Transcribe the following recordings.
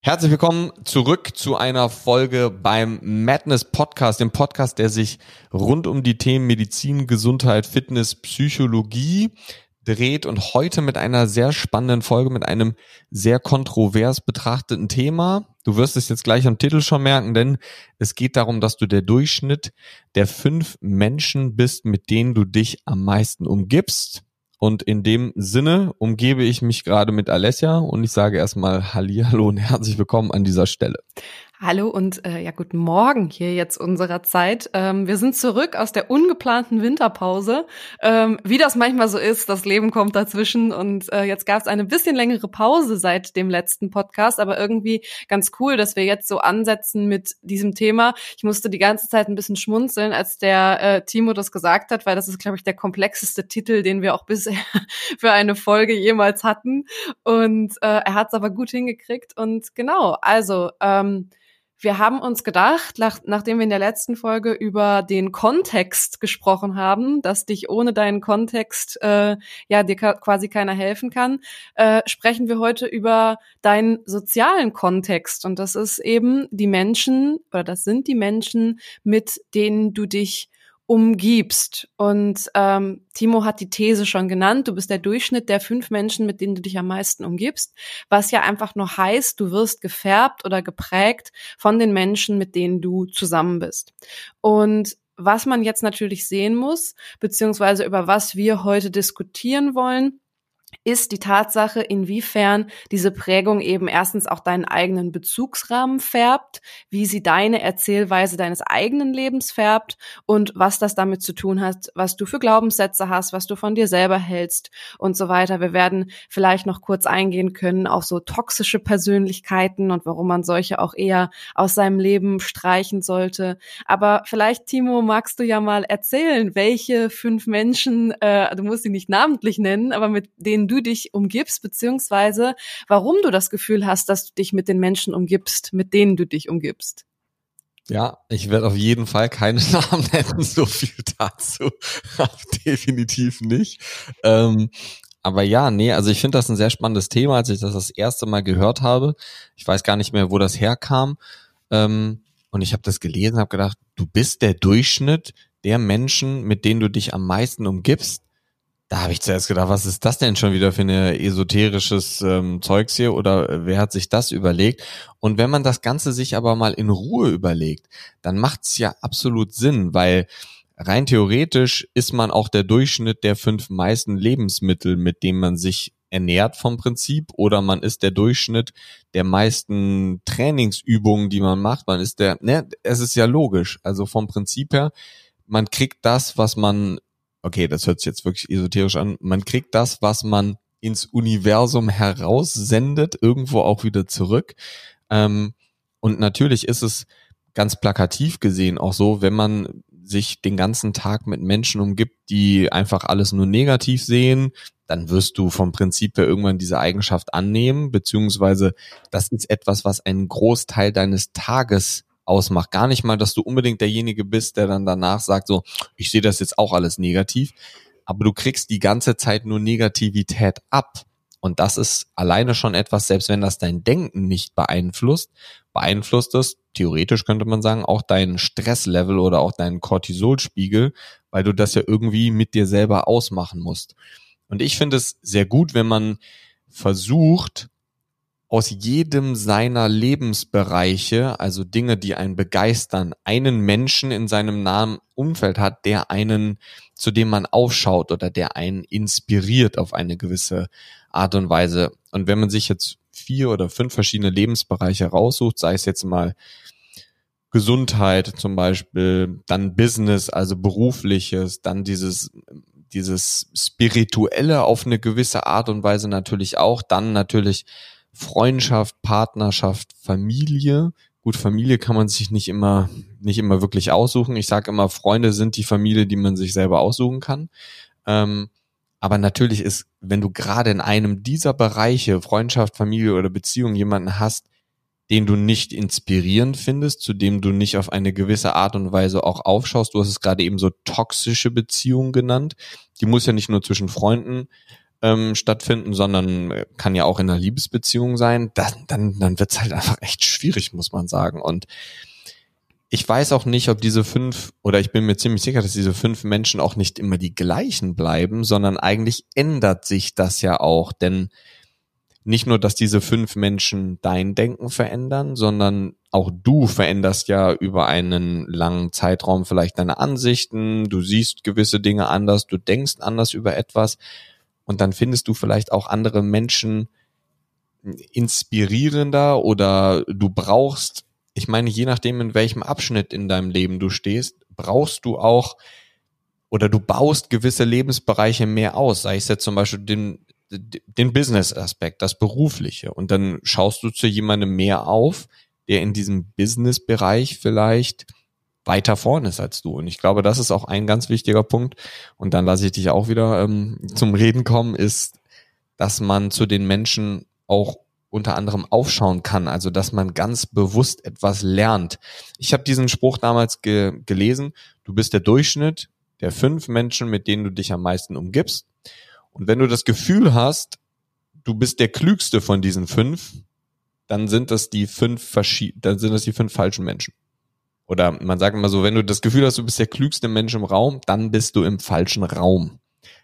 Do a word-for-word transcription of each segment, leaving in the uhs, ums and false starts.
Herzlich willkommen zurück zu einer Folge beim Madness Podcast, dem Podcast, der sich rund um die Themen Medizin, Gesundheit, Fitness, Psychologie dreht und heute mit einer sehr spannenden Folge, mit einem sehr kontrovers betrachteten Thema. Du wirst es jetzt gleich am Titel schon merken, denn es geht darum, dass du der Durchschnitt der fünf Menschen bist, mit denen du dich am meisten umgibst. Und in dem Sinne umgebe ich mich gerade mit Alessia und ich sage erstmal Hallihallo und herzlich willkommen an dieser Stelle. Hallo und äh, ja, guten Morgen hier jetzt unserer Zeit. Ähm, wir sind zurück aus der ungeplanten Winterpause. Ähm, wie das manchmal so ist, das Leben kommt dazwischen und äh, jetzt gab es eine bisschen längere Pause seit dem letzten Podcast, aber irgendwie ganz cool, dass wir jetzt so ansetzen mit diesem Thema. Ich musste die ganze Zeit ein bisschen schmunzeln, als der äh, Timo das gesagt hat, weil das ist, glaube ich, der komplexeste Titel, den wir auch bisher für eine Folge jemals hatten. Und äh, er hat es aber gut hingekriegt. Und genau, also ähm, wir haben uns gedacht, nach, nachdem wir in der letzten Folge über den Kontext gesprochen haben, dass dich ohne deinen Kontext äh, ja dir ka- quasi keiner helfen kann, äh, sprechen wir heute über deinen sozialen Kontext. Und das ist eben die Menschen, oder das sind die Menschen, mit denen du dich umgibst. Und ähm, Timo hat die These schon genannt, du bist der Durchschnitt der fünf Menschen, mit denen du dich am meisten umgibst, was ja einfach nur heißt, du wirst gefärbt oder geprägt von den Menschen, mit denen du zusammen bist. Und was man jetzt natürlich sehen muss, beziehungsweise über was wir heute diskutieren wollen, ist die Tatsache, inwiefern diese Prägung eben erstens auch deinen eigenen Bezugsrahmen färbt, wie sie deine Erzählweise deines eigenen Lebens färbt und was das damit zu tun hat, was du für Glaubenssätze hast, was du von dir selber hältst und so weiter. Wir werden vielleicht noch kurz eingehen können auf so toxische Persönlichkeiten und warum man solche auch eher aus seinem Leben streichen sollte. Aber vielleicht, Timo, magst du ja mal erzählen, welche fünf Menschen, äh, du musst sie nicht namentlich nennen, aber mit denen du dich umgibst, beziehungsweise warum du das Gefühl hast, dass du dich mit den Menschen umgibst, mit denen du dich umgibst. Ja, ich werde auf jeden Fall keine Namen nennen, so viel dazu. Definitiv nicht. Ähm, aber ja, nee, also ich finde das ein sehr spannendes Thema, als ich das das erste Mal gehört habe. Ich weiß gar nicht mehr, wo das herkam. Ähm, und ich habe das gelesen, habe gedacht, du bist der Durchschnitt der Menschen, mit denen du dich am meisten umgibst. Da habe ich zuerst gedacht, was ist das denn schon wieder für eine esoterisches ähm, Zeugs hier oder äh, wer hat sich das überlegt? Und wenn man das Ganze sich aber mal in Ruhe überlegt, dann macht's ja absolut Sinn, weil rein theoretisch ist man auch der Durchschnitt der fünf meisten Lebensmittel, mit denen man sich ernährt vom Prinzip, oder man ist der Durchschnitt der meisten Trainingsübungen, die man macht. Man ist der, ne, es ist ja logisch, also vom Prinzip her, man kriegt das, was man okay, das hört sich jetzt wirklich esoterisch an, man kriegt das, was man ins Universum heraussendet, irgendwo auch wieder zurück. Ähm, und natürlich ist es ganz plakativ gesehen auch so, wenn man sich den ganzen Tag mit Menschen umgibt, die einfach alles nur negativ sehen, dann wirst du vom Prinzip her irgendwann diese Eigenschaft annehmen, beziehungsweise das ist etwas, was einen Großteil deines Tages ausmacht. Gar nicht mal, dass du unbedingt derjenige bist, der dann danach sagt, so, ich sehe das jetzt auch alles negativ, aber du kriegst die ganze Zeit nur Negativität ab. Und das ist alleine schon etwas, selbst wenn das dein Denken nicht beeinflusst, beeinflusst es, theoretisch könnte man sagen, auch dein Stresslevel oder auch deinen Cortisolspiegel, weil du das ja irgendwie mit dir selber ausmachen musst. Und ich finde es sehr gut, wenn man versucht, aus jedem seiner Lebensbereiche, also Dinge, die einen begeistern, einen Menschen in seinem nahen Umfeld hat, der einen, zu dem man aufschaut oder der einen inspiriert auf eine gewisse Art und Weise. Und wenn man sich jetzt vier oder fünf verschiedene Lebensbereiche raussucht, sei es jetzt mal Gesundheit zum Beispiel, dann Business, also berufliches, dann dieses dieses Spirituelle auf eine gewisse Art und Weise natürlich auch, dann natürlich Freundschaft, Partnerschaft, Familie. Gut, Familie kann man sich nicht immer nicht immer wirklich aussuchen. Ich sage immer, Freunde sind die Familie, die man sich selber aussuchen kann. Ähm, aber natürlich ist, wenn du gerade in einem dieser Bereiche, Freundschaft, Familie oder Beziehung, jemanden hast, den du nicht inspirierend findest, zu dem du nicht auf eine gewisse Art und Weise auch aufschaust. Du hast es gerade eben so toxische Beziehungen genannt. Die muss ja nicht nur zwischen Freunden ähm, stattfinden, sondern kann ja auch in einer Liebesbeziehung sein, dann, dann, dann wird's halt einfach echt schwierig, muss man sagen. Und ich weiß auch nicht, ob diese fünf, oder ich bin mir ziemlich sicher, dass diese fünf Menschen auch nicht immer die gleichen bleiben, sondern eigentlich ändert sich das ja auch, denn nicht nur, dass diese fünf Menschen dein Denken verändern, sondern auch du veränderst ja über einen langen Zeitraum vielleicht deine Ansichten, du siehst gewisse Dinge anders, du denkst anders über etwas und dann findest du vielleicht auch andere Menschen inspirierender oder du brauchst, ich meine, je nachdem, in welchem Abschnitt in deinem Leben du stehst, brauchst du auch oder du baust gewisse Lebensbereiche mehr aus, sei es jetzt zum Beispiel den den Business-Aspekt, das Berufliche. Und dann schaust du zu jemandem mehr auf, der in diesem Business-Bereich vielleicht weiter vorne ist als du. Und ich glaube, das ist auch ein ganz wichtiger Punkt. Und dann lasse ich dich auch wieder ähm, zum Reden kommen, ist, dass man zu den Menschen auch unter anderem aufschauen kann. Also, dass man ganz bewusst etwas lernt. Ich habe diesen Spruch damals ge- gelesen. Du bist der Durchschnitt der fünf Menschen, mit denen du dich am meisten umgibst. Und wenn du das Gefühl hast, du bist der Klügste von diesen fünf, dann sind das die fünf verschied- dann sind das die fünf falschen Menschen. Oder man sagt immer so, wenn du das Gefühl hast, du bist der klügste Mensch im Raum, dann bist du im falschen Raum.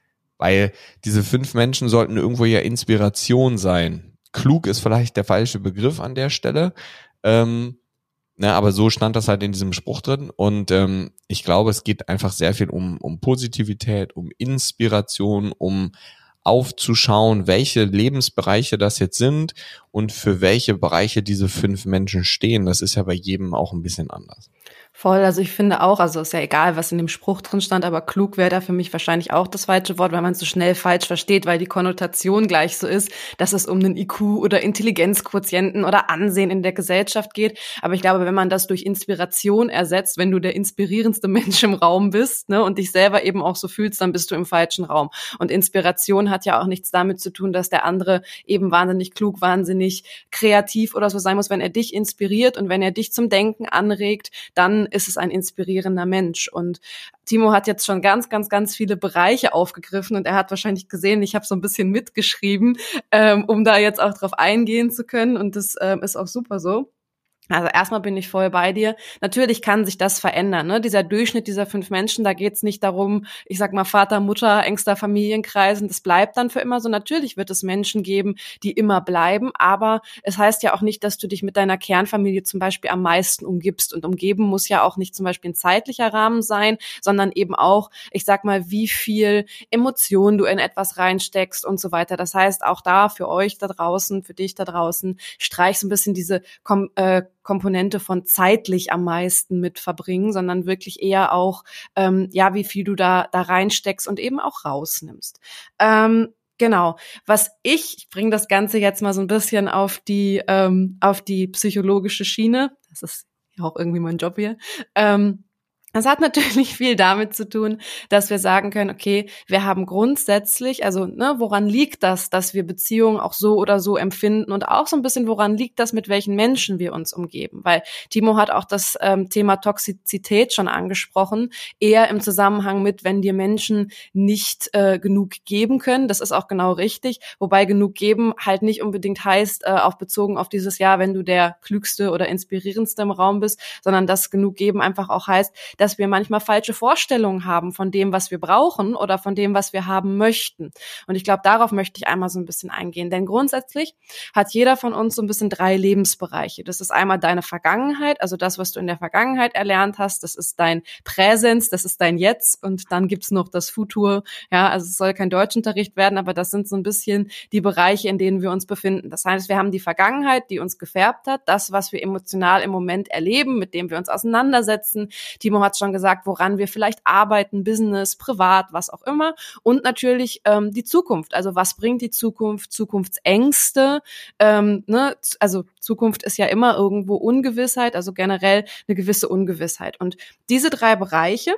Weil diese fünf Menschen sollten irgendwo ja Inspiration sein. Klug ist vielleicht der falsche Begriff an der Stelle. Ähm, na, aber so stand das halt in diesem Spruch drin. Und ähm, ich glaube, es geht einfach sehr viel um, um Positivität, um Inspiration, um aufzuschauen, welche Lebensbereiche das jetzt sind und für welche Bereiche diese fünf Menschen stehen. Das ist ja bei jedem auch ein bisschen anders. Voll, also ich finde auch, also ist ja egal, was in dem Spruch drin stand, aber klug wäre da für mich wahrscheinlich auch das falsche Wort, weil man es so schnell falsch versteht, weil die Konnotation gleich so ist, dass es um einen I Q oder Intelligenzquotienten oder Ansehen in der Gesellschaft geht. Aber ich glaube, wenn man das durch Inspiration ersetzt, wenn du der inspirierendste Mensch im Raum bist, ne, und dich selber eben auch so fühlst, dann bist du im falschen Raum. Und Inspiration hat ja auch nichts damit zu tun, dass der andere eben wahnsinnig klug, wahnsinnig kreativ oder so sein muss. Wenn er dich inspiriert und wenn er dich zum Denken anregt, dann ist es ein inspirierender Mensch. Und Timo hat jetzt schon ganz, ganz, ganz viele Bereiche aufgegriffen und er hat wahrscheinlich gesehen, ich habe so ein bisschen mitgeschrieben, ähm, um da jetzt auch drauf eingehen zu können und das ähm, ist auch super so. Also erstmal bin ich voll bei dir. Natürlich kann sich das verändern, ne? Dieser Durchschnitt dieser fünf Menschen, da geht's nicht darum, ich sag mal Vater, Mutter, engster Familienkreis und das bleibt dann für immer so. Natürlich wird es Menschen geben, die immer bleiben, aber es heißt ja auch nicht, dass du dich mit deiner Kernfamilie zum Beispiel am meisten umgibst und umgeben muss ja auch nicht zum Beispiel ein zeitlicher Rahmen sein, sondern eben auch, ich sag mal, wie viel Emotionen du in etwas reinsteckst und so weiter. Das heißt, auch da für euch da draußen, für dich da draußen, streich so ein bisschen diese Kom- äh, Komponente von zeitlich am meisten mit verbringen, sondern wirklich eher auch, ähm, ja, wie viel du da da reinsteckst und eben auch rausnimmst. Ähm, genau. Was ich, ich bringe das Ganze jetzt mal so ein bisschen auf die ähm, auf die psychologische Schiene. Das ist ja auch irgendwie mein Job hier. Ähm, Das hat natürlich viel damit zu tun, dass wir sagen können, okay, wir haben grundsätzlich, also ne, woran liegt das, dass wir Beziehungen auch so oder so empfinden und auch so ein bisschen, woran liegt das, mit welchen Menschen wir uns umgeben? Weil Timo hat auch das ähm, Thema Toxizität schon angesprochen, eher im Zusammenhang mit, wenn dir Menschen nicht äh, genug geben können. Das ist auch genau richtig, wobei genug geben halt nicht unbedingt heißt, äh, auch bezogen auf dieses Jahr, wenn du der klügste oder inspirierendste im Raum bist, sondern dass genug geben einfach auch heißt, dass wir manchmal falsche Vorstellungen haben von dem, was wir brauchen oder von dem, was wir haben möchten. Und ich glaube, darauf möchte ich einmal so ein bisschen eingehen. Denn grundsätzlich hat jeder von uns so ein bisschen drei Lebensbereiche. Das ist einmal deine Vergangenheit, also das, was du in der Vergangenheit erlernt hast. Das ist dein Präsens, das ist dein Jetzt. Und dann gibt's noch das Futur. Ja, also es soll kein Deutschunterricht werden, aber das sind so ein bisschen die Bereiche, in denen wir uns befinden. Das heißt, wir haben die Vergangenheit, die uns gefärbt hat, das, was wir emotional im Moment erleben, mit dem wir uns auseinandersetzen. Timo hat schon gesagt, woran wir vielleicht arbeiten, Business, privat, was auch immer. Und natürlich ähm, die Zukunft. Also was bringt die Zukunft? Zukunftsängste. Ähm, ne? Also Zukunft ist ja immer irgendwo Ungewissheit, also generell eine gewisse Ungewissheit. Und diese drei Bereiche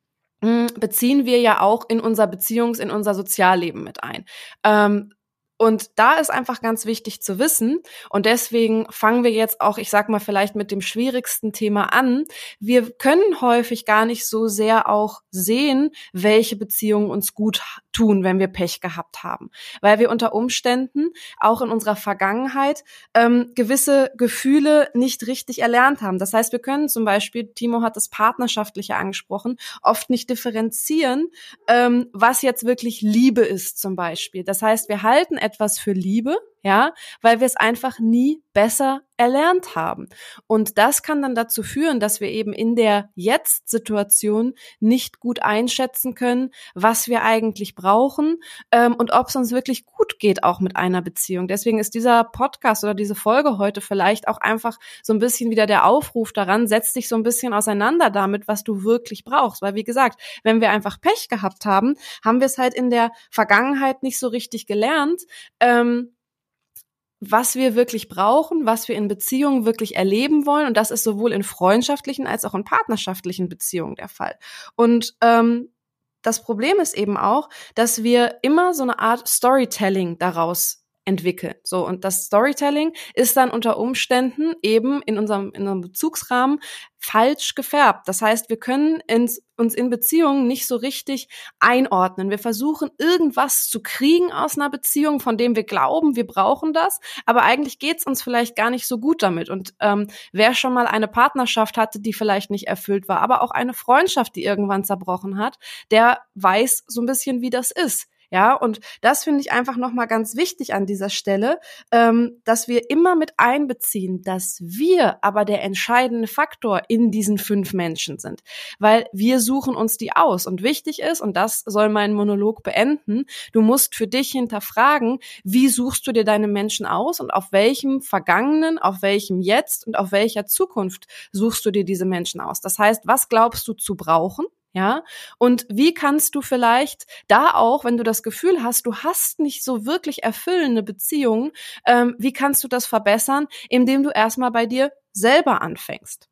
mh, beziehen wir ja auch in unser Beziehungs-, in unser Sozialleben mit ein. Ähm, Und da ist einfach ganz wichtig zu wissen, und deswegen fangen wir jetzt auch, ich sag mal, vielleicht mit dem schwierigsten Thema an. Wir können häufig gar nicht so sehr auch sehen, welche Beziehungen uns gut tun, wenn wir Pech gehabt haben, weil wir unter Umständen auch in unserer Vergangenheit ähm, gewisse Gefühle nicht richtig erlernt haben. Das heißt, wir können zum Beispiel, Timo hat das Partnerschaftliche angesprochen, oft nicht differenzieren, ähm, was jetzt wirklich Liebe ist zum Beispiel. Das heißt, wir halten etwas für Liebe, ja, weil wir es einfach nie besser erlernt haben. Und das kann dann dazu führen, dass wir eben in der Jetzt-Situation nicht gut einschätzen können, was wir eigentlich brauchen ähm, und ob es uns wirklich gut geht, auch mit einer Beziehung. Deswegen ist dieser Podcast oder diese Folge heute vielleicht auch einfach so ein bisschen wieder der Aufruf daran, setz dich so ein bisschen auseinander damit, was du wirklich brauchst. Weil wie gesagt, wenn wir einfach Pech gehabt haben, haben wir es halt in der Vergangenheit nicht so richtig gelernt, ähm, was wir wirklich brauchen, was wir in Beziehungen wirklich erleben wollen. Und das ist sowohl in freundschaftlichen als auch in partnerschaftlichen Beziehungen der Fall. Und ähm, das Problem ist eben auch, dass wir immer so eine Art Storytelling daraus entwickeln. So, und das Storytelling ist dann unter Umständen eben in unserem, in unserem Bezugsrahmen falsch gefärbt. Das heißt, wir können ins, uns in Beziehungen nicht so richtig einordnen. Wir versuchen, irgendwas zu kriegen aus einer Beziehung, von dem wir glauben, wir brauchen das, aber eigentlich geht's uns vielleicht gar nicht so gut damit. Und ähm, wer schon mal eine Partnerschaft hatte, die vielleicht nicht erfüllt war, aber auch eine Freundschaft, die irgendwann zerbrochen hat, der weiß so ein bisschen, wie das ist. Ja, und das finde ich einfach nochmal ganz wichtig an dieser Stelle, ähm, dass wir immer mit einbeziehen, dass wir aber der entscheidende Faktor in diesen fünf Menschen sind, weil wir suchen uns die aus. Und wichtig ist, und das soll mein Monolog beenden, du musst für dich hinterfragen, wie suchst du dir deine Menschen aus und auf welchem Vergangenen, auf welchem Jetzt und auf welcher Zukunft suchst du dir diese Menschen aus. Das heißt, was glaubst du zu brauchen? Ja, und wie kannst du vielleicht da auch, wenn du das Gefühl hast, du hast nicht so wirklich erfüllende Beziehungen, ähm, wie kannst du das verbessern, indem du erstmal bei dir selber anfängst?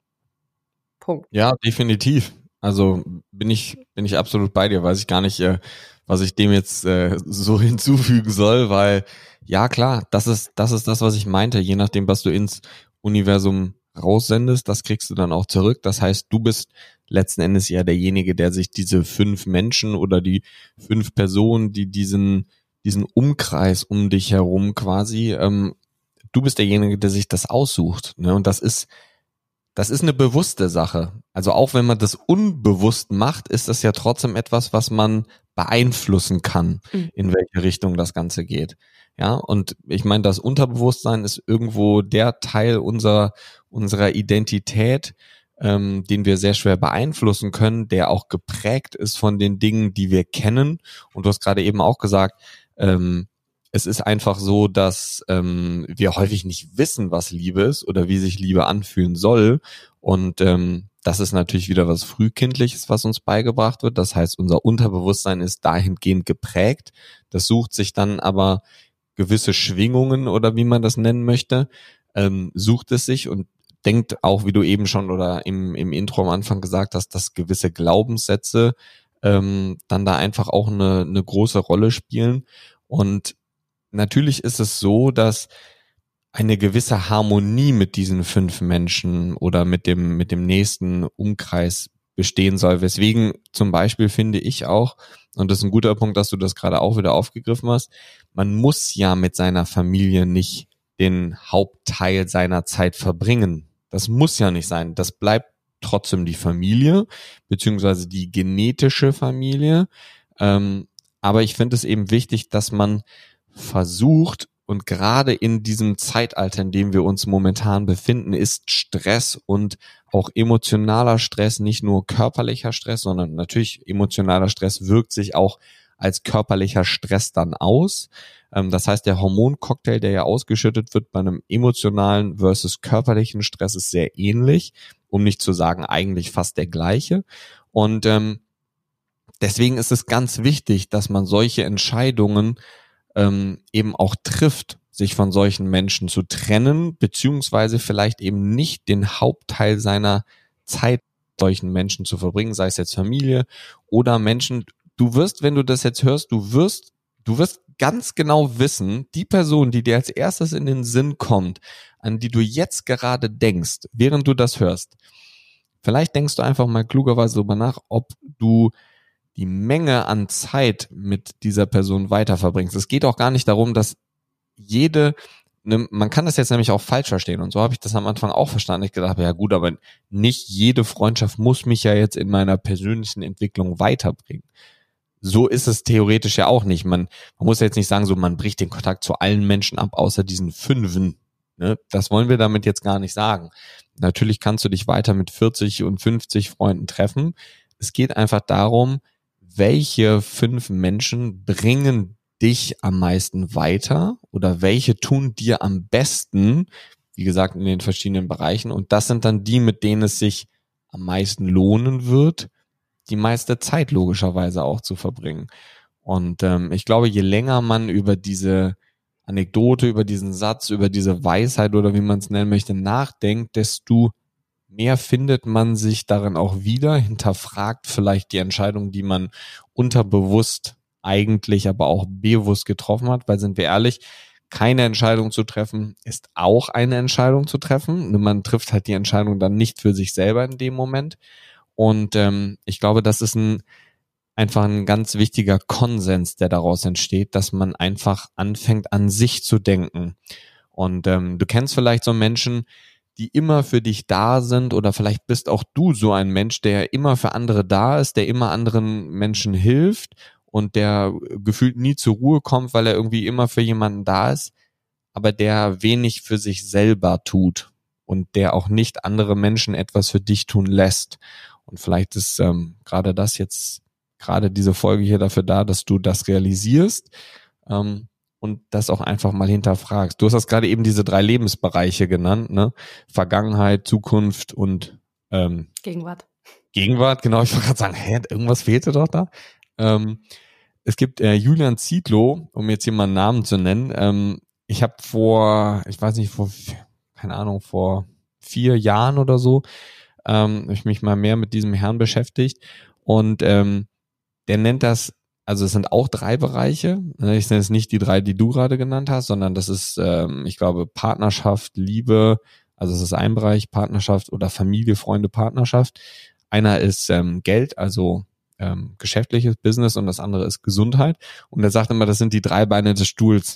Punkt. Ja, definitiv. Also bin ich bin ich absolut bei dir, weiß ich gar nicht, äh, was ich dem jetzt äh, so hinzufügen soll, weil ja klar, das ist das ist das, was ich meinte. Je nachdem, was du ins Universum raussendest, das kriegst du dann auch zurück. Das heißt, du bist letzten Endes ja derjenige, der sich diese fünf Menschen oder die fünf Personen, die diesen diesen Umkreis um dich herum quasi, ähm, du bist derjenige, der sich das aussucht. Ne? Und das ist das ist eine bewusste Sache. Also auch wenn man das unbewusst macht, ist das ja trotzdem etwas, was man beeinflussen kann, mhm. in welche Richtung das Ganze geht. Ja, und ich meine, das Unterbewusstsein ist irgendwo der Teil unserer unserer Identität, ähm, den wir sehr schwer beeinflussen können, der auch geprägt ist von den Dingen, die wir kennen. Und du hast gerade eben auch gesagt, ähm, es ist einfach so, dass ähm, wir häufig nicht wissen, was Liebe ist oder wie sich Liebe anfühlen soll. Und ähm, das ist natürlich wieder was Frühkindliches, was uns beigebracht wird. Das heißt, unser Unterbewusstsein ist dahingehend geprägt. Das sucht sich dann aber gewisse Schwingungen oder wie man das nennen möchte, ähm, sucht es sich und denkt auch, wie du eben schon oder im, im Intro am Anfang gesagt hast, dass gewisse Glaubenssätze ähm, dann da einfach auch eine, eine große Rolle spielen. Und natürlich ist es so, dass eine gewisse Harmonie mit diesen fünf Menschen oder mit dem, mit dem nächsten Umkreis bestehen soll. Weswegen zum Beispiel finde ich auch, und das ist ein guter Punkt, dass du das gerade auch wieder aufgegriffen hast, man muss ja mit seiner Familie nicht den Hauptteil seiner Zeit verbringen. Das muss ja nicht sein. Das bleibt trotzdem die Familie, beziehungsweise die genetische Familie. Ähm, aber ich finde es eben wichtig, dass man versucht, und gerade in diesem Zeitalter, in dem wir uns momentan befinden, ist Stress und auch emotionaler Stress, nicht nur körperlicher Stress, sondern natürlich emotionaler Stress wirkt sich auch als körperlicher Stress dann aus. Das heißt, der Hormoncocktail, der ja ausgeschüttet wird bei einem emotionalen versus körperlichen Stress, ist sehr ähnlich, um nicht zu sagen eigentlich fast der gleiche. Und ähm, deswegen ist es ganz wichtig, dass man solche Entscheidungen ähm, eben auch trifft, sich von solchen Menschen zu trennen, beziehungsweise vielleicht eben nicht den Hauptteil seiner Zeit solchen Menschen zu verbringen, sei es jetzt Familie oder Menschen. Du wirst, wenn du das jetzt hörst, du wirst, du wirst ganz genau wissen, die Person, die dir als erstes in den Sinn kommt, an die du jetzt gerade denkst, während du das hörst. Vielleicht denkst du einfach mal klugerweise darüber nach, ob du die Menge an Zeit mit dieser Person weiter verbringst. Es geht auch gar nicht darum, dass jede, ne, man kann das jetzt nämlich auch falsch verstehen und so habe ich das am Anfang auch verstanden. Ich gedacht, ja gut, aber nicht jede Freundschaft muss mich ja jetzt in meiner persönlichen Entwicklung weiterbringen. So ist es theoretisch ja auch nicht. Man, man muss jetzt nicht sagen, so man bricht den Kontakt zu allen Menschen ab, außer diesen Fünfen. Ne? Das wollen wir damit jetzt gar nicht sagen. Natürlich kannst du dich weiter mit vierzig und fünfzig Freunden treffen. Es geht einfach darum, welche fünf Menschen bringen dich am meisten weiter oder welche tun dir am besten, wie gesagt, in den verschiedenen Bereichen. Und das sind dann die, mit denen es sich am meisten lohnen wird, die meiste Zeit logischerweise auch zu verbringen. Und ähm, ich glaube, je länger man über diese Anekdote, über diesen Satz, über diese Weisheit oder wie man es nennen möchte, nachdenkt, desto mehr findet man sich darin auch wieder, hinterfragt vielleicht die Entscheidung, die man unterbewusst eigentlich, aber auch bewusst getroffen hat, weil sind wir ehrlich, keine Entscheidung zu treffen ist auch eine Entscheidung zu treffen. Man trifft halt die Entscheidung dann nicht für sich selber in dem Moment. Und ähm, ich glaube, das ist ein einfach ein ganz wichtiger Konsens, der daraus entsteht, dass man einfach anfängt, an sich zu denken. Und ähm, du kennst vielleicht so Menschen, die immer für dich da sind, oder vielleicht bist auch du so ein Mensch, der immer für andere da ist, der immer anderen Menschen hilft und der gefühlt nie zur Ruhe kommt, weil er irgendwie immer für jemanden da ist, aber der wenig für sich selber tut und der auch nicht andere Menschen etwas für dich tun lässt. Und vielleicht ist ähm, gerade das jetzt, gerade diese Folge hier dafür da, dass du das realisierst ähm, und das auch einfach mal hinterfragst. Du hast das gerade eben diese drei Lebensbereiche genannt, ne? Vergangenheit, Zukunft und ähm, Gegenwart. Gegenwart, genau. Ich wollte gerade sagen, hä, irgendwas fehlte doch da. Ähm, es gibt äh, Julian Zietlow, um jetzt hier mal einen Namen zu nennen. Ähm, ich habe vor, ich weiß nicht, vor, keine Ahnung, vor vier Jahren oder so, ähm, habe ich mich mal mehr mit diesem Herrn beschäftigt und ähm, der nennt das, also es sind auch drei Bereiche. Ich nenne es nicht die drei, die du gerade genannt hast, sondern das ist, ähm, ich glaube, Partnerschaft, Liebe, also es ist ein Bereich, Partnerschaft oder Familie, Freunde, Partnerschaft. Einer ist ähm, Geld, also ähm, geschäftliches Business, und das andere ist Gesundheit. Und er sagt immer, das sind die drei Beine des Stuhls.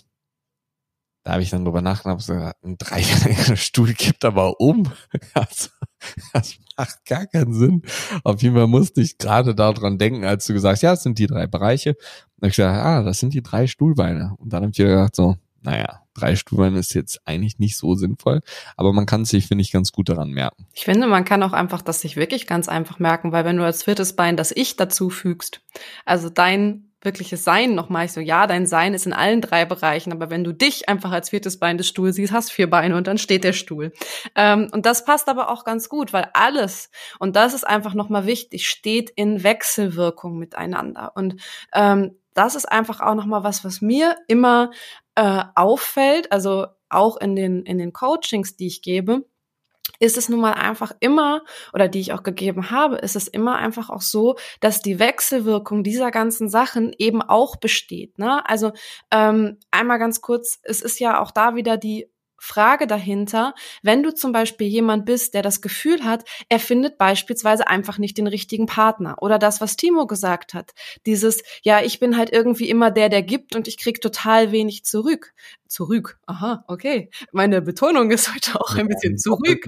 Da habe ich dann drüber nachgedacht und gesagt, ein dreibeiniger Stuhl kippt aber um. Also, das macht gar keinen Sinn. Auf jeden Fall musste ich gerade daran denken, als du gesagt hast, ja, das sind die drei Bereiche. Und dann habe ich gesagt, ah, das sind die drei Stuhlbeine. Und dann habe ich wieder gedacht, so, naja, drei Stuhlbeine ist jetzt eigentlich nicht so sinnvoll. Aber man kann sich, finde ich, ganz gut daran merken. Ich finde, man kann auch einfach das sich wirklich ganz einfach merken, weil wenn du als viertes Bein das Ich dazu fügst, also dein wirkliches Sein nochmal, ich so, ja, dein Sein ist in allen drei Bereichen, aber wenn du dich einfach als viertes Bein des Stuhls siehst, hast vier Beine und dann steht der Stuhl. Ähm, und das passt aber auch ganz gut, weil alles, und das ist einfach nochmal wichtig, steht in Wechselwirkung miteinander. Und ähm, das ist einfach auch nochmal was, was mir immer äh, auffällt, also auch in den, in den Coachings, die ich gebe, ist es nun mal einfach immer, oder die ich auch gegeben habe, ist es immer einfach auch so, dass die Wechselwirkung dieser ganzen Sachen eben auch besteht. Ne? Also ähm, einmal ganz kurz, es ist ja auch da wieder die Frage dahinter, wenn du zum Beispiel jemand bist, der das Gefühl hat, er findet beispielsweise einfach nicht den richtigen Partner, oder das, was Timo gesagt hat, dieses, ja, ich bin halt irgendwie immer der, der gibt und ich krieg total wenig zurück. Zurück, aha, okay. Meine Betonung ist heute auch ein bisschen zurück,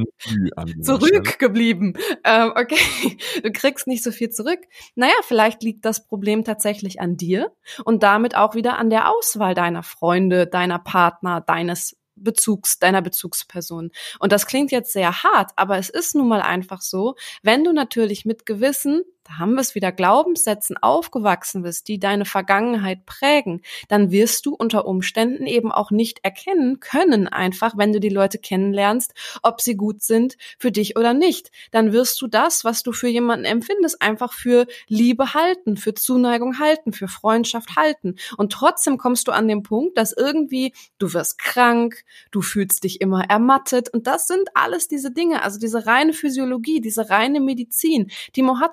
zurückgeblieben. Ähm, okay, du kriegst nicht so viel zurück. Naja, vielleicht liegt das Problem tatsächlich an dir und damit auch wieder an der Auswahl deiner Freunde, deiner Partner, deines Bezugs, deiner Bezugsperson. Und das klingt jetzt sehr hart, aber es ist nun mal einfach so, wenn du natürlich mit gewissen, da haben wir es wieder, Glaubenssätzen aufgewachsen bist, die deine Vergangenheit prägen, dann wirst du unter Umständen eben auch nicht erkennen können, einfach, wenn du die Leute kennenlernst, ob sie gut sind für dich oder nicht. Dann wirst du das, was du für jemanden empfindest, einfach für Liebe halten, für Zuneigung halten, für Freundschaft halten. Und trotzdem kommst du an den Punkt, dass irgendwie du wirst krank, du fühlst dich immer ermattet, und das sind alles diese Dinge, also diese reine Physiologie, diese reine Medizin. Timo hat's schon gesagt,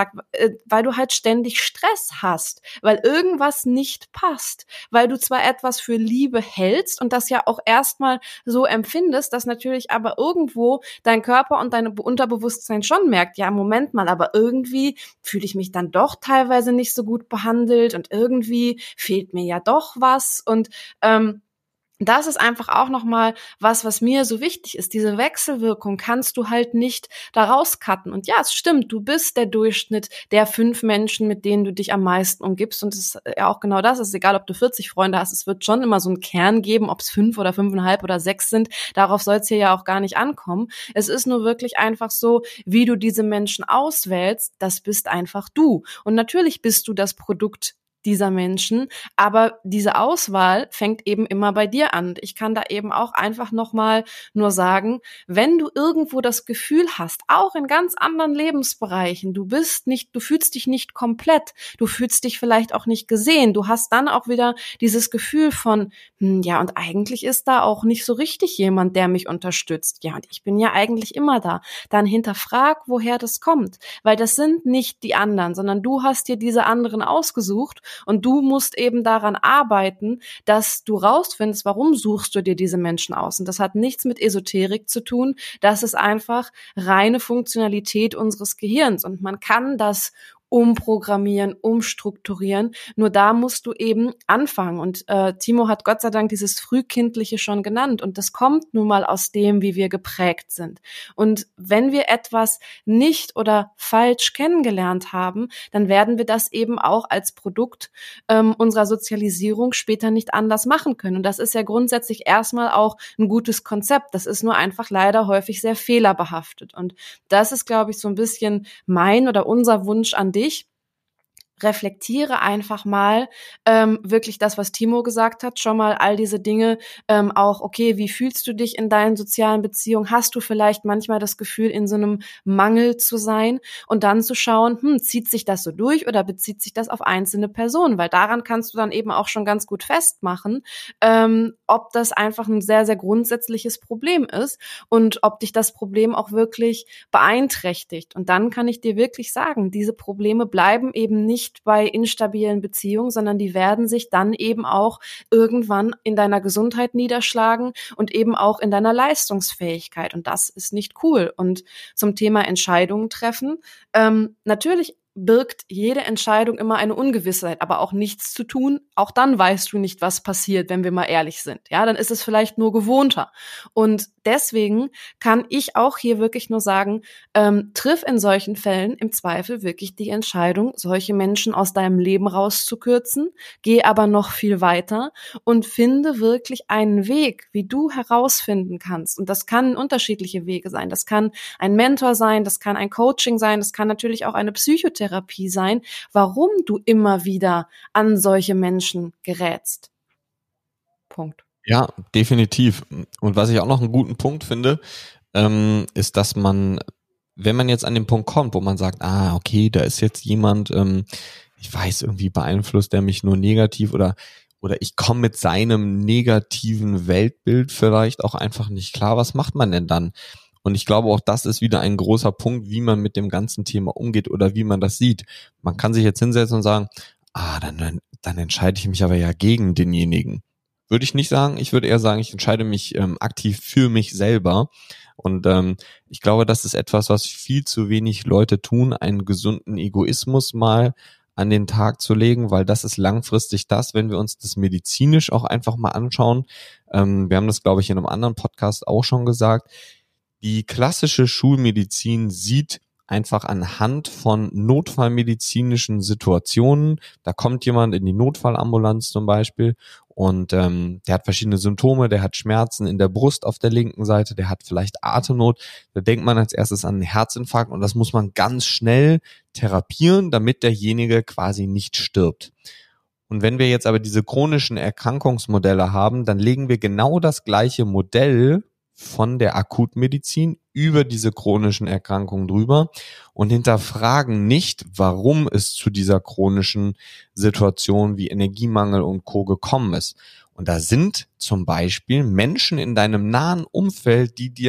gesagt, äh, weil du halt ständig Stress hast, weil irgendwas nicht passt, weil du zwar etwas für Liebe hältst und das ja auch erstmal so empfindest, dass natürlich aber irgendwo dein Körper und dein Unterbewusstsein schon merkt, ja, Moment mal, aber irgendwie fühle ich mich dann doch teilweise nicht so gut behandelt und irgendwie fehlt mir ja doch was und ähm, das ist einfach auch nochmal was, was mir so wichtig ist. Diese Wechselwirkung kannst du halt nicht da rauscutten. Und ja, es stimmt, du bist der Durchschnitt der fünf Menschen, mit denen du dich am meisten umgibst. Und es ist ja auch genau das. Es ist egal, ob du vierzig Freunde hast. Es wird schon immer so einen Kern geben, ob es fünf oder fünfeinhalb oder sechs sind. Darauf soll es hier ja auch gar nicht ankommen. Es ist nur wirklich einfach so, wie du diese Menschen auswählst, das bist einfach du. Und natürlich bist du das Produkt dieser Menschen, aber diese Auswahl fängt eben immer bei dir an. Ich kann da eben auch einfach nochmal nur sagen, wenn du irgendwo das Gefühl hast, auch in ganz anderen Lebensbereichen, du bist nicht, du fühlst dich nicht komplett, du fühlst dich vielleicht auch nicht gesehen, du hast dann auch wieder dieses Gefühl von, hm, ja, und eigentlich ist da auch nicht so richtig jemand, der mich unterstützt. Ja, und ich bin ja eigentlich immer da. Dann hinterfrag, woher das kommt, weil das sind nicht die anderen, sondern du hast dir diese anderen ausgesucht. Und du musst eben daran arbeiten, dass du rausfindest, warum suchst du dir diese Menschen aus. Und das hat nichts mit Esoterik zu tun. Das ist einfach reine Funktionalität unseres Gehirns. Und man kann das umprogrammieren, umstrukturieren. Nur da musst du eben anfangen. Und äh, Timo hat Gott sei Dank dieses Frühkindliche schon genannt. Und das kommt nun mal aus dem, wie wir geprägt sind. Und wenn wir etwas nicht oder falsch kennengelernt haben, dann werden wir das eben auch als Produkt ähm, unserer Sozialisierung später nicht anders machen können. Und das ist ja grundsätzlich erstmal auch ein gutes Konzept. Das ist nur einfach leider häufig sehr fehlerbehaftet. Und das ist, glaube ich, so ein bisschen mein oder unser Wunsch an dich. Reflektiere einfach mal ähm, wirklich das, was Timo gesagt hat, schon mal all diese Dinge, ähm, auch, okay, wie fühlst du dich in deinen sozialen Beziehungen? Hast du vielleicht manchmal das Gefühl, in so einem Mangel zu sein? Und dann zu schauen, hm, zieht sich das so durch oder bezieht sich das auf einzelne Personen? Weil daran kannst du dann eben auch schon ganz gut festmachen, ähm, ob das einfach ein sehr, sehr grundsätzliches Problem ist und ob dich das Problem auch wirklich beeinträchtigt. Und dann kann ich dir wirklich sagen, diese Probleme bleiben eben nicht bei instabilen Beziehungen, sondern die werden sich dann eben auch irgendwann in deiner Gesundheit niederschlagen und eben auch in deiner Leistungsfähigkeit. Und das ist nicht cool. Und zum Thema Entscheidungen treffen, ähm, natürlich birgt jede Entscheidung immer eine Ungewissheit, aber auch nichts zu tun. Auch dann weißt du nicht, was passiert, wenn wir mal ehrlich sind. Ja, dann ist es vielleicht nur gewohnter. Und deswegen kann ich auch hier wirklich nur sagen, ähm, triff in solchen Fällen im Zweifel wirklich die Entscheidung, solche Menschen aus deinem Leben rauszukürzen, geh aber noch viel weiter und finde wirklich einen Weg, wie du herausfinden kannst. Und das kann unterschiedliche Wege sein. Das kann ein Mentor sein, das kann ein Coaching sein, das kann natürlich auch eine Psychotherapie Therapie sein, warum du immer wieder an solche Menschen gerätst. Punkt. Ja, definitiv. Und was ich auch noch einen guten Punkt finde, ähm, ist, dass man, wenn man jetzt an den Punkt kommt, wo man sagt, ah, okay, da ist jetzt jemand, ähm, ich weiß, irgendwie beeinflusst der mich nur negativ oder oder ich komme mit seinem negativen Weltbild vielleicht auch einfach nicht klar. Was macht man denn dann? Und ich glaube, auch das ist wieder ein großer Punkt, wie man mit dem ganzen Thema umgeht oder wie man das sieht. Man kann sich jetzt hinsetzen und sagen, ah, dann, dann entscheide ich mich aber ja gegen denjenigen. Würde ich nicht sagen. Ich würde eher sagen, ich entscheide mich ähm, aktiv für mich selber. Und ähm, ich glaube, das ist etwas, was viel zu wenig Leute tun, einen gesunden Egoismus mal an den Tag zu legen, weil das ist langfristig das, wenn wir uns das medizinisch auch einfach mal anschauen. Ähm, wir haben das, glaube ich, in einem anderen Podcast auch schon gesagt. Die klassische Schulmedizin sieht einfach anhand von notfallmedizinischen Situationen, da kommt jemand in die Notfallambulanz zum Beispiel und ähm, der hat verschiedene Symptome, der hat Schmerzen in der Brust auf der linken Seite, der hat vielleicht Atemnot, da denkt man als erstes an einen Herzinfarkt und das muss man ganz schnell therapieren, damit derjenige quasi nicht stirbt. Und wenn wir jetzt aber diese chronischen Erkrankungsmodelle haben, dann legen wir genau das gleiche Modell von der Akutmedizin über diese chronischen Erkrankungen drüber und hinterfragen nicht, warum es zu dieser chronischen Situation wie Energiemangel und Co. gekommen ist. Und da sind zum Beispiel Menschen in deinem nahen Umfeld, die dir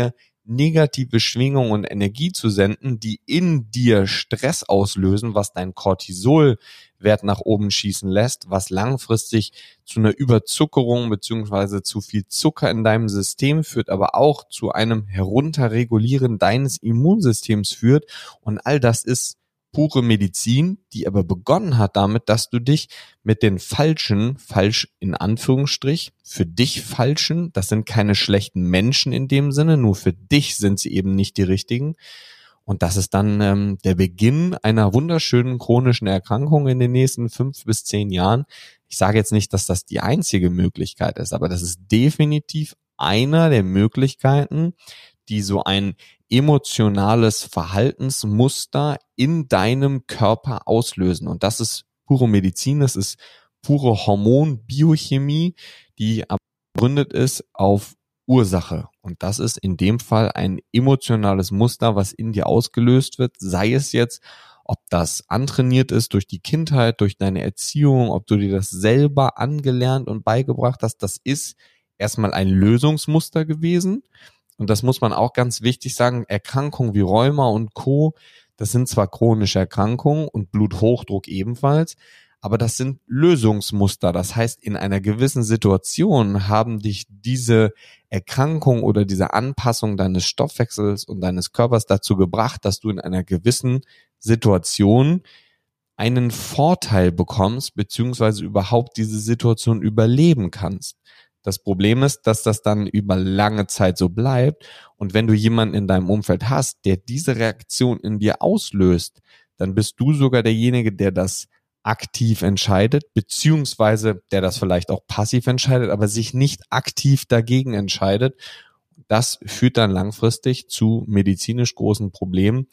negative Schwingungen und Energie zu senden, die in dir Stress auslösen, was dein Cortisolwert nach oben schießen lässt, was langfristig zu einer Überzuckerung beziehungsweise zu viel Zucker in deinem System führt, aber auch zu einem Herunterregulieren deines Immunsystems führt. Und all das ist pure Medizin, die aber begonnen hat damit, dass du dich mit den falschen, falsch in Anführungsstrich, für dich falschen, das sind keine schlechten Menschen in dem Sinne, nur für dich sind sie eben nicht die richtigen. Und das ist dann ähm, der Beginn einer wunderschönen chronischen Erkrankung in den nächsten fünf bis zehn Jahren. Ich sage jetzt nicht, dass das die einzige Möglichkeit ist, aber das ist definitiv einer der Möglichkeiten, die so ein emotionales Verhaltensmuster in deinem Körper auslösen. Und das ist pure Medizin, das ist pure Hormonbiochemie, die gegründet ist auf Ursache. Und das ist in dem Fall ein emotionales Muster, was in dir ausgelöst wird, sei es jetzt, ob das antrainiert ist durch die Kindheit, durch deine Erziehung, ob du dir das selber angelernt und beigebracht hast. Das ist erstmal ein Lösungsmuster gewesen. Und das muss man auch ganz wichtig sagen, Erkrankungen wie Rheuma und Co., das sind zwar chronische Erkrankungen und Bluthochdruck ebenfalls, aber das sind Lösungsmuster. Das heißt, in einer gewissen Situation haben dich diese Erkrankung oder diese Anpassung deines Stoffwechsels und deines Körpers dazu gebracht, dass du in einer gewissen Situation einen Vorteil bekommst, beziehungsweise überhaupt diese Situation überleben kannst. Das Problem ist, dass das dann über lange Zeit so bleibt. Und wenn du jemanden in deinem Umfeld hast, der diese Reaktion in dir auslöst, dann bist du sogar derjenige, der das aktiv entscheidet, beziehungsweise der das vielleicht auch passiv entscheidet, aber sich nicht aktiv dagegen entscheidet. Das führt dann langfristig zu medizinisch großen Problemen,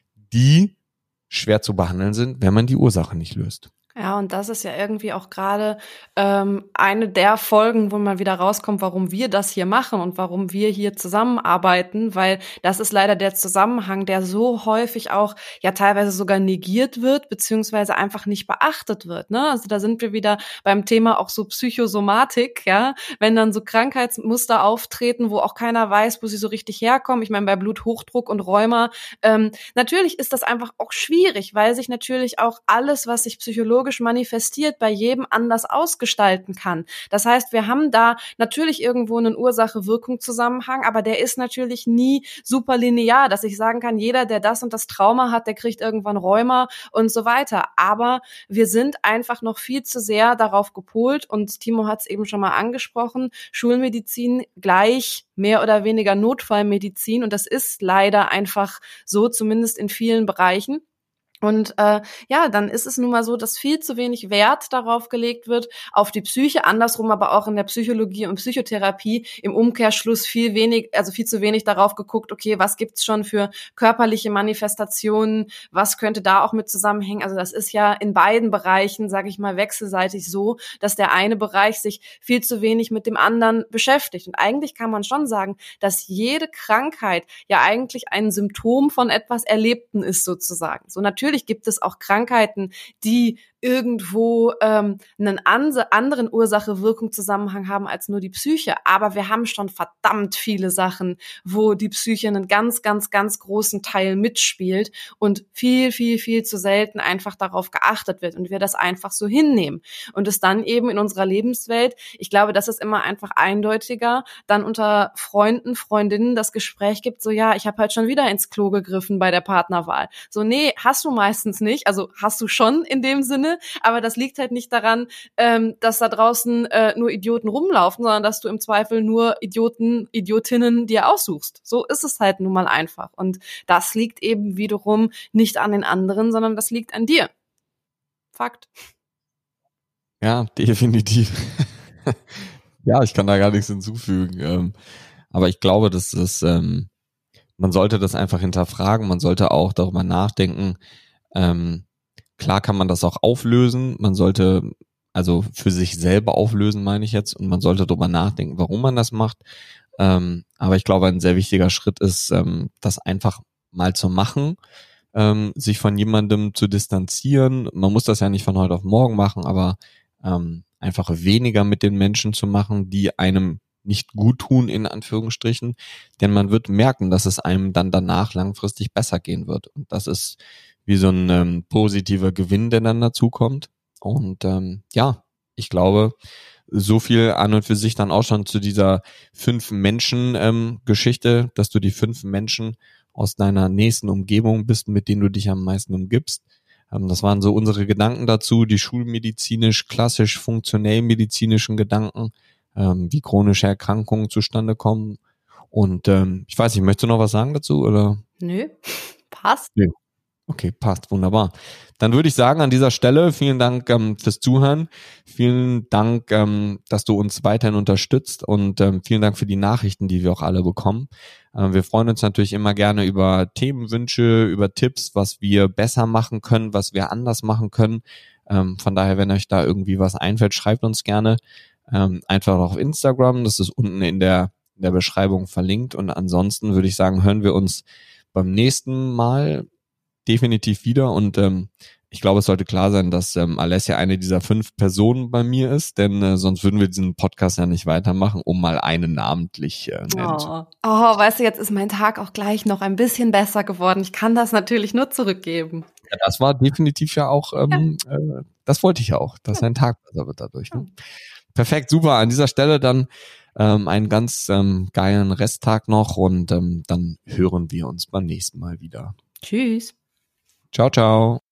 die schwer zu behandeln sind, wenn man die Ursache nicht löst. Ja, und das ist ja irgendwie auch gerade ähm, eine der Folgen, wo man wieder rauskommt, warum wir das hier machen und warum wir hier zusammenarbeiten, weil das ist leider der Zusammenhang, der so häufig auch ja teilweise sogar negiert wird, beziehungsweise einfach nicht beachtet wird. Ne? Also da sind wir wieder beim Thema auch so Psychosomatik, ja, wenn dann so Krankheitsmuster auftreten, wo auch keiner weiß, wo sie so richtig herkommen. Ich meine, bei Bluthochdruck und Rheuma, ähm, natürlich ist das einfach auch schwierig, weil sich natürlich auch alles, was sich psychologisch manifestiert, bei jedem anders ausgestalten kann. Das heißt, wir haben da natürlich irgendwo einen Ursache-Wirkung-Zusammenhang, aber der ist natürlich nie super linear, dass ich sagen kann, jeder, der das und das Trauma hat, der kriegt irgendwann Rheuma und so weiter. Aber wir sind einfach noch viel zu sehr darauf gepolt und Timo hat es eben schon mal angesprochen, Schulmedizin gleich mehr oder weniger Notfallmedizin und das ist leider einfach so, zumindest in vielen Bereichen. Und äh, ja, dann ist es nun mal so, dass viel zu wenig Wert darauf gelegt wird, auf die Psyche, andersrum aber auch in der Psychologie und Psychotherapie im Umkehrschluss viel wenig, also viel zu wenig darauf geguckt, okay, was gibt's schon für körperliche Manifestationen, was könnte da auch mit zusammenhängen. Also das ist ja in beiden Bereichen, sage ich mal, wechselseitig so, dass der eine Bereich sich viel zu wenig mit dem anderen beschäftigt. Und eigentlich kann man schon sagen, dass jede Krankheit ja eigentlich ein Symptom von etwas Erlebten ist sozusagen. So natürlich Natürlich gibt es auch Krankheiten, die irgendwo ähm, einen anderen Ursache-Wirkung-Zusammenhang haben als nur die Psyche. Aber wir haben schon verdammt viele Sachen, wo die Psyche einen ganz, ganz, ganz großen Teil mitspielt und viel, viel, viel zu selten einfach darauf geachtet wird und wir das einfach so hinnehmen. Und es dann eben in unserer Lebenswelt, ich glaube, das ist immer einfach eindeutiger, dann unter Freunden, Freundinnen das Gespräch gibt, so ja, ich habe halt schon wieder ins Klo gegriffen bei der Partnerwahl. So, nee, hast du meistens nicht, also hast du schon in dem Sinne, aber das liegt halt nicht daran, ähm, dass da draußen äh, nur Idioten rumlaufen, sondern dass du im Zweifel nur Idioten, Idiotinnen dir aussuchst. So ist es halt nun mal einfach. Und das liegt eben wiederum nicht an den anderen, sondern das liegt an dir. Fakt. Ja, definitiv. Ja, ich kann da gar nichts hinzufügen. Ähm, aber ich glaube, dass das, ähm, man sollte das einfach hinterfragen, man sollte auch darüber nachdenken, ähm, klar kann man das auch auflösen, man sollte, also für sich selber auflösen, meine ich jetzt, und man sollte darüber nachdenken, warum man das macht. Ähm, aber ich glaube, ein sehr wichtiger Schritt ist, ähm, das einfach mal zu machen, ähm, sich von jemandem zu distanzieren. Man muss das ja nicht von heute auf morgen machen, aber ähm, einfach weniger mit den Menschen zu machen, die einem nicht gut tun, in Anführungsstrichen, denn man wird merken, dass es einem dann danach langfristig besser gehen wird. Und das ist wie so ein ähm, positiver Gewinn, der dann dazu kommt. Und ähm, ja, ich glaube, so viel an und für sich dann auch schon zu dieser fünf Menschen ähm, Geschichte, dass du die fünf Menschen aus deiner nächsten Umgebung bist, mit denen du dich am meisten umgibst. Ähm, das waren so unsere Gedanken dazu, die schulmedizinisch, klassisch, funktionell medizinischen Gedanken, ähm, wie chronische Erkrankungen zustande kommen. Und ähm, ich weiß nicht, möchtest du noch was sagen dazu, oder? Nö, passt. Nö. Okay, passt, wunderbar. Dann würde ich sagen, an dieser Stelle vielen Dank ähm, fürs Zuhören. Vielen Dank, ähm, dass du uns weiterhin unterstützt und ähm, vielen Dank für die Nachrichten, die wir auch alle bekommen. Ähm, wir freuen uns natürlich immer gerne über Themenwünsche, über Tipps, was wir besser machen können, was wir anders machen können. Ähm, von daher, wenn euch da irgendwie was einfällt, schreibt uns gerne ähm, einfach auf Instagram. Das ist unten in der, in der Beschreibung verlinkt. Und ansonsten würde ich sagen, hören wir uns beim nächsten Mal definitiv wieder und ähm, ich glaube, es sollte klar sein, dass ähm, Alessia eine dieser fünf Personen bei mir ist, denn äh, sonst würden wir diesen Podcast ja nicht weitermachen, um mal eine namentlich äh, nennen. Oh. oh, weißt du, jetzt ist mein Tag auch gleich noch ein bisschen besser geworden. Ich kann das natürlich nur zurückgeben. Ja, das war definitiv ja auch, ähm, ja. Äh, das wollte ich ja auch, dass ja. ein Tag besser wird dadurch. Ne? Ja. Perfekt, super. An dieser Stelle dann ähm, einen ganz ähm, geilen Resttag noch und ähm, dann hören wir uns beim nächsten Mal wieder. Tschüss. Ciao, ciao.